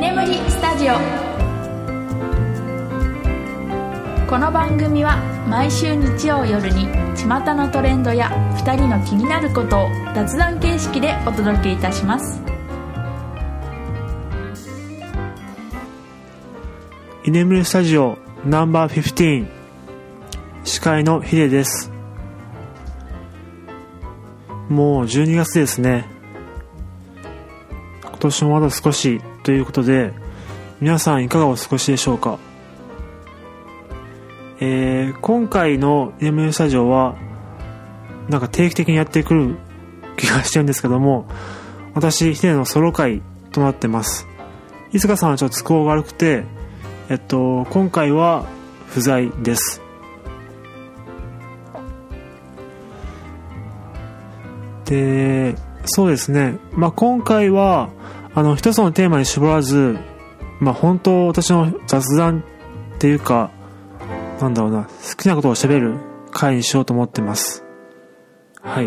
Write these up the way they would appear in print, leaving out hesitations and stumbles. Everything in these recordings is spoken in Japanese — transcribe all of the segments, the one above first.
眠りスタジオ。この番組は毎週日曜夜に巷のトレンドや2人の気になることを雑談形式でお届けいたします。 居眠りスタジオナンバー15、司会のヒデです。もう12月ですね。今年もまだ少しということで、皆さんいかがお過ごしでしょうか。今回の居眠りスタジオはなんか定期的にやってくる気がしてるんですけども、私ヒデのソロ会となってます。いつかさんはちょっと都合が悪くて、今回は不在です。で、そうですね。今回は一つのテーマに絞らず、本当私の雑談っていうか、好きなことを喋る回にしようと思ってます。はい。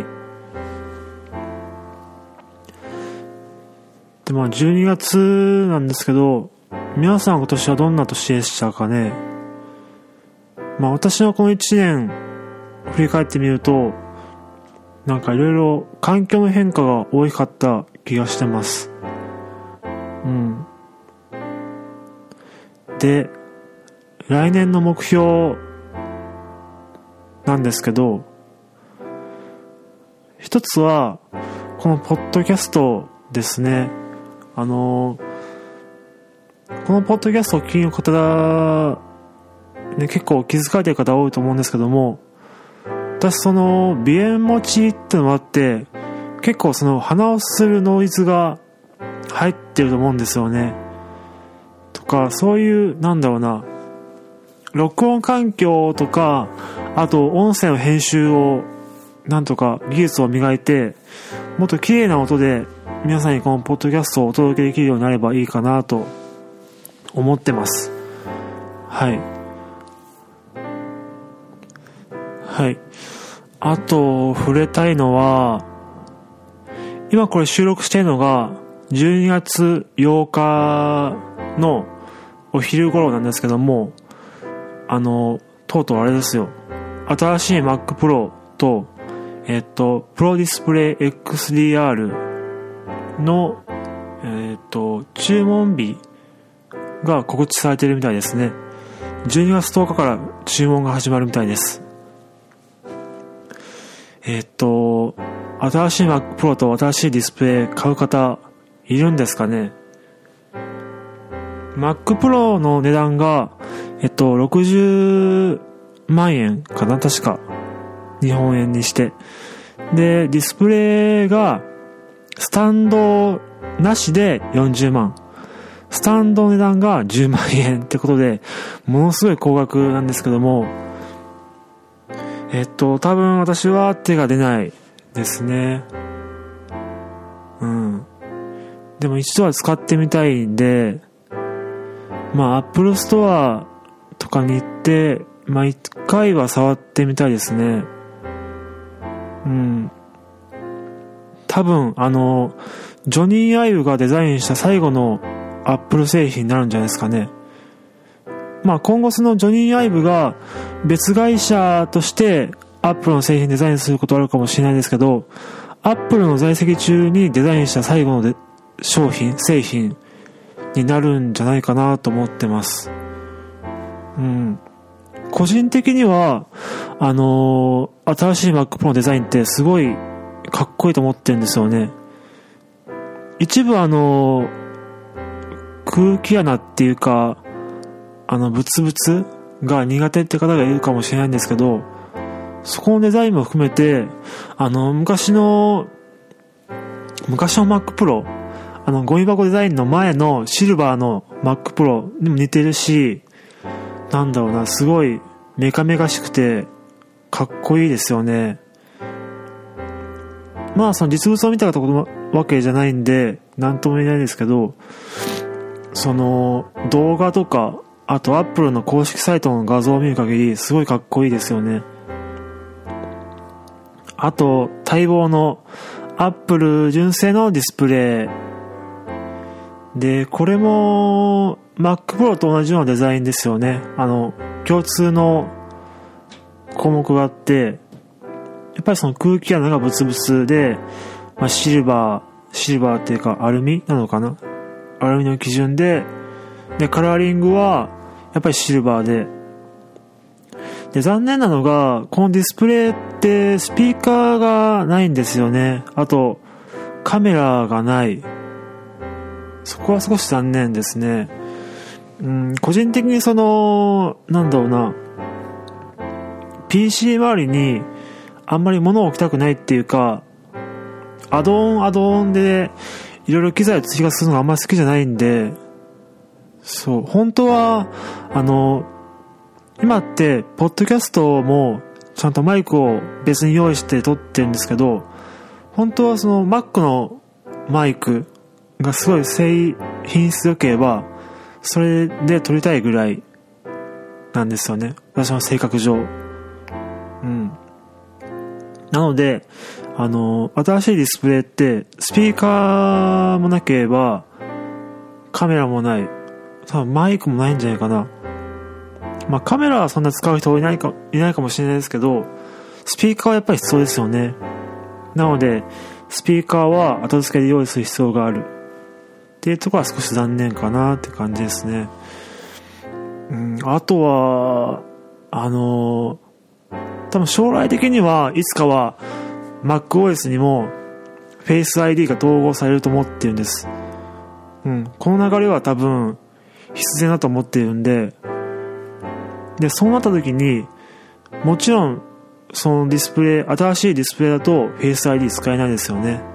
で、12月なんですけど、皆さん今年はどんな年でしたかね。私のこの1年振り返ってみると、いろいろ環境の変化が大きかった気がしてます。で、来年の目標なんですけど、一つはこのポッドキャストですね。このポッドキャストを聞きの方、結構気づかれている方多いと思うんですけども、私鼻炎持ちってのもあって、結構鼻をするノイズが入ってると思うんですよね。とか、そういう録音環境とか、あと音声の編集をなんとか技術を磨いて、もっと綺麗な音で皆さんにこのポッドキャストをお届けできるようになればいいかなと思ってます。はい。はい。あと触れたいのは、今これ収録しているのが12月8日のお昼頃なんですけども、とうとうあれですよ。新しい Mac Pro と、Pro Display XDR の、注文日が告知されているみたいですね。12月10日から注文が始まるみたいです。新しい Mac Pro と新しいディスプレイ買う方いるんですかね。Mac Pro の値段が60万円かな、確か日本円にして。で、ディスプレイがスタンドなしで40万、スタンドの値段が10万円ってことで、ものすごい高額なんですけども、多分私は手が出ないですね。でも一度は使ってみたいんで、Apple Store とかに行って、一回は触ってみたいですね。多分ジョニー・アイブがデザインした最後の Apple 製品になるんじゃないですかね。今後そのジョニー・アイブが別会社としてアップルの製品デザインすることはあるかもしれないですけど、アップルの在籍中にデザインした最後の製品になるんじゃないかなと思ってます。個人的には新しい Mac Pro のデザインってすごいかっこいいと思ってるんですよね。一部空気穴っていうかブツブツが苦手って方がいるかもしれないんですけど、そこのデザインも含めて昔の Mac Pro、ゴミ箱デザインの前のシルバーの Mac Pro にも似てるし、すごいメカメカしくてかっこいいですよね。その実物を見たわけじゃないんで何とも言えないですけど、その動画とか、あとアップルの公式サイトの画像を見る限りすごいかっこいいですよね。あと待望のアップル純正のディスプレイで、これも Mac Pro と同じようなデザインですよね。共通の項目があって、やっぱりその空気穴がブツブツで、シルバーっていうかアルミなのかな、アルミの基準で、カラーリングはやっぱりシルバーで、残念なのがこのディスプレイってスピーカーがないんですよね。あとカメラがない。そこは少し残念ですね。個人的にPC 周りにあんまり物を置きたくないっていうか、アドオンでいろいろ機材を追加するのがあんまり好きじゃないんで、そう、本当は今ってポッドキャストもちゃんとマイクを別に用意して撮ってるんですけど、本当はその Mac のマイクがすごい品質良ければそれで撮りたいぐらいなんですよね、私の性格上。なので新しいディスプレイってスピーカーもなければカメラもない、多分マイクもないんじゃないかな。カメラはそんな使う人いないかもしれないですけど、スピーカーはやっぱり必要ですよね。なのでスピーカーは後付けで用意する必要があるっていうところは少し残念かなって感じですね。あとは多分将来的にはいつかは MacOS にも Face ID が統合されると思ってるんです。この流れは多分必然だと思っているんで、そうなった時にもちろんそのディスプレイ、新しいディスプレイだと Face ID 使えないですよね。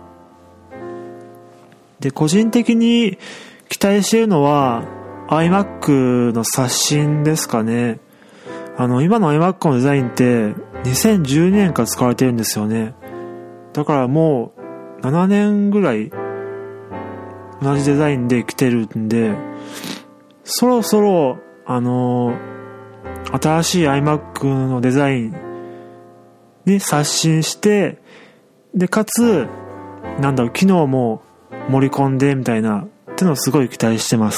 で、個人的に期待しているのは iMac の刷新ですかね。今の iMac のデザインって2012年から使われてるんですよね。だからもう7年ぐらい同じデザインで来てるんで、そろそろ新しい iMac のデザインに刷新して、でかつ機能も盛り込んでみたいなってのをすごい期待してます。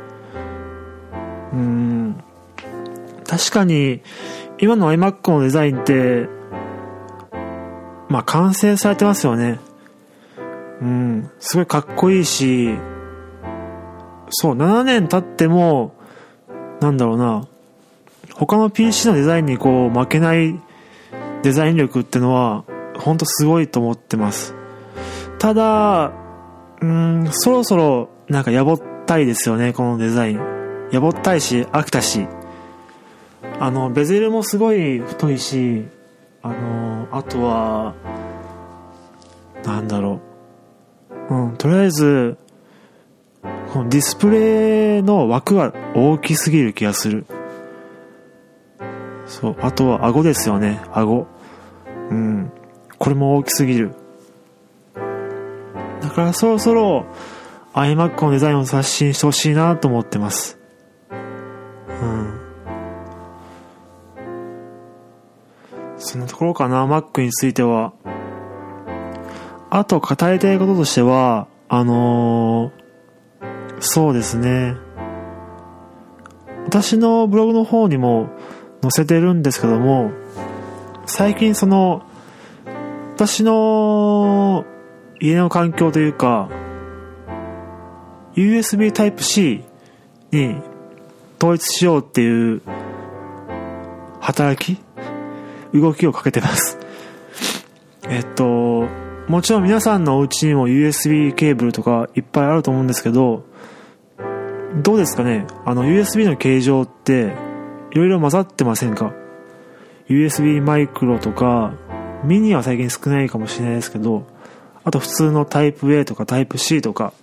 確かに今の iMac のデザインって完成されてますよね。すごいかっこいいし、そう7年経っても他の PC のデザインに負けないデザイン力ってのは本当すごいと思ってます。ただそろそろやぼったいですよね、このデザイン。やぼったいし飽きたし、ベゼルもすごい太いし、あとはとりあえずこのディスプレイの枠が大きすぎる気がする。そう、あとは顎ですよね、顎。これも大きすぎる。だからそろそろ iMac のデザインを刷新してほしいなと思ってます。そんなところかな、Mac については。あと語りたいこととしてはそうですね、私のブログの方にも載せてるんですけども、最近私の家の環境というか USB Type-C に統一しようっていう動きをかけてます。もちろん皆さんのお家にも USB ケーブルとかいっぱいあると思うんですけど、どうですかね、USB の形状っていろいろ混ざってませんか？ USB マイクロとかミニは最近少ないかもしれないですけど、あと普通のタイプ A とかタイプ C とか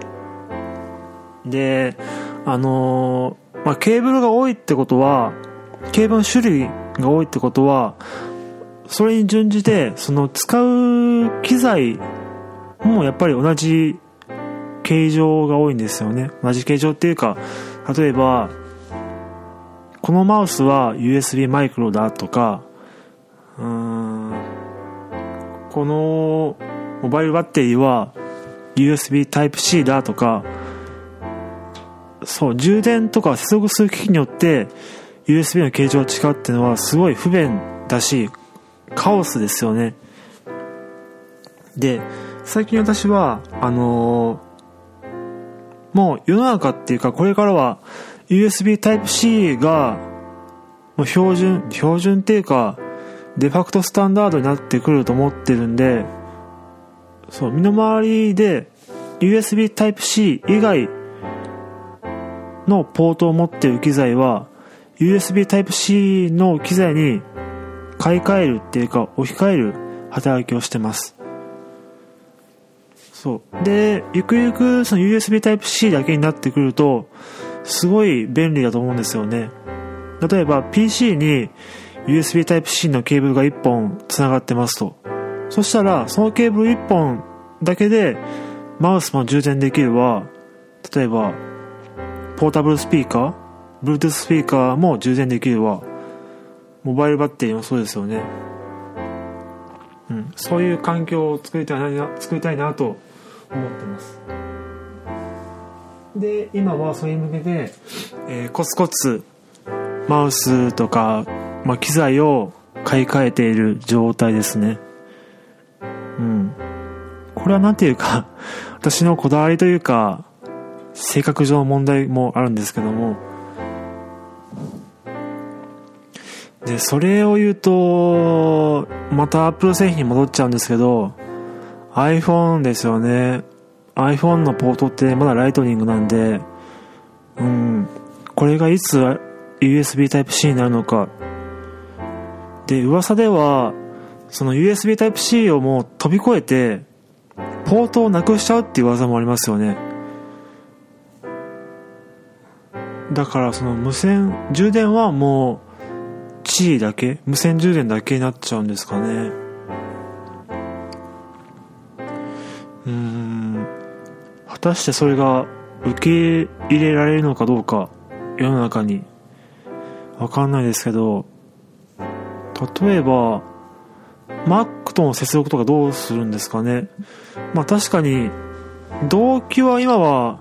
で、ケーブルが多いってことは、ケーブルの種類が多いってことは、それに準じてその使う機材もやっぱり同じ形状が多いんですよね。同じ形状っていうか、例えばこのマウスは USB マイクロだとか、このモバイルバッテリーは USB Type-C だとか、そう充電とか接続する機器によって USB の形状が違うっていうのはすごい不便だしカオスですよね。で最近私はもう世の中っていうかこれからは USB Type-C がもう標準っていうかデファクトスタンダードになってくると思ってるんで、そう身の回りで USB Type-C 以外のポートを持っている機材は USB Type-C の機材に買い替えるっていうか置き換える働きをしてます。そうでゆくゆくその USB Type-C だけになってくるとすごい便利だと思うんですよね。例えば PC に USB Type-C のケーブルが1本つながってますと、そしたらそのケーブル1本だけでマウスも充電できるわ、例えばポータブルスピーカー Bluetooth スピーカーも充電できるわ、モバイルバッテリーもそうですよね。そういう環境を作りたいなと思ってます。で今はそれに向けて、コツコツマウスとか、機材を買い替えている状態ですね。これはなんていうか私のこだわりというか性格上の問題もあるんですけども、でそれを言うとまた Apple 製品に戻っちゃうんですけど iPhone ですよね。 iPhone のポートってまだライトニングなんで、これがいつ USB Type-C になるのかで、噂ではその USB Type-C をもう飛び越えてポートをなくしちゃうっていう噂もありますよね。だからその無線充電はもう地位だけ、無線充電だけになっちゃうんですかね。果たしてそれが受け入れられるのかどうか世の中にわかんないですけど、例えば Mac との接続とかどうするんですかね。確かに同期は今は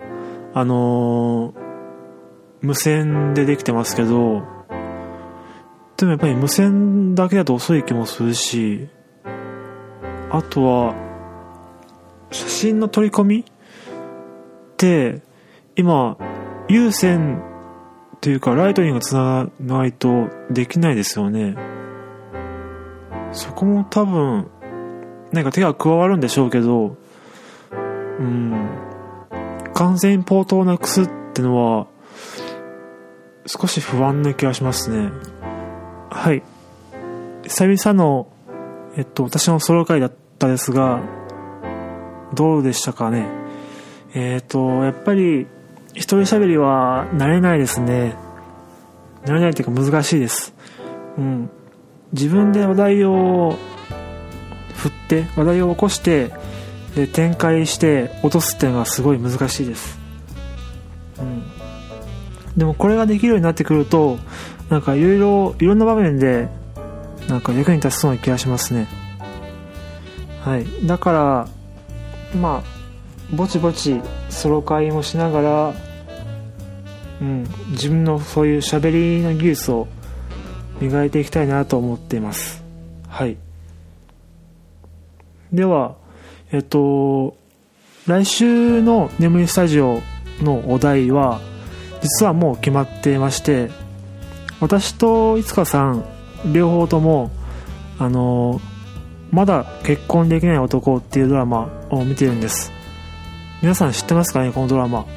無線でできてますけど、でもやっぱり無線だけだと遅い気もするし、あとは写真の取り込みって今有線っていうかライトニングつながないとできないですよね。そこも多分なんか手が加わるんでしょうけど、完全にポートをなくすってのは少し不安な気がしますね。はい、久々の私のソロ会だったですがどうでしたかね。やっぱり一人喋りは慣れないですね。慣れないというか難しいです。自分で話題を振って話題を起こしてで展開して落とすっていうのがすごい難しいです。でもこれができるようになってくるとなんかいろんな場面でなんか役に立ちそうな気がしますね。はい、だからぼちぼちソロ会もしながら、自分のそういう喋りの技術を磨いていきたいなと思っています。はい。では来週の眠りスタジオのお題は実はもう決まっていまして、私といつかさん両方ともまだ結婚できない男っていうドラマを見てるんです。皆さん知ってますかね、このドラマ。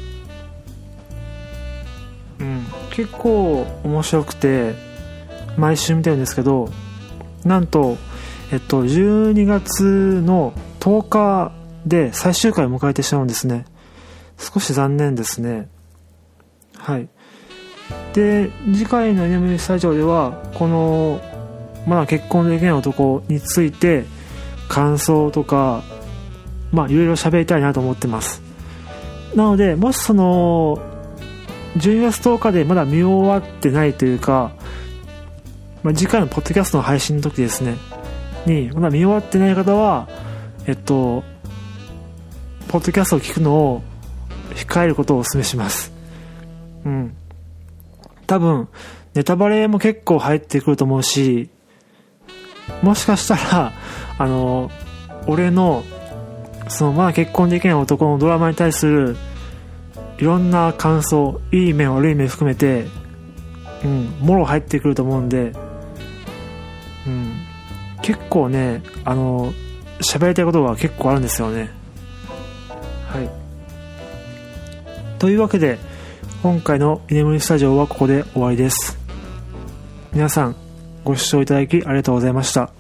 結構面白くて毎週見てるんですけど、なんと12月の10日で最終回を迎えてしまうんですね。少し残念ですね。はい。で次回の眠りスタジオではこのまだ結婚できない男について感想とかいろいろ喋りたいなと思ってます。なのでもしその12月10日でまだ見終わってないというか、次回のポッドキャストの配信の時ですねにまだ見終わってない方はポッポッドキャストを聞くのを控えることをお勧めします。多分ネタバレも結構入ってくると思うし、もしかしたら俺のまだ結婚できない男のドラマに対するいろんな感想、いい面悪い面含めてもろ入ってくると思うんで、結構ね喋りたいことが結構あるんですよね。はい。というわけで今回の居眠りスタジオはここで終わりです。皆さんご視聴いただきありがとうございました。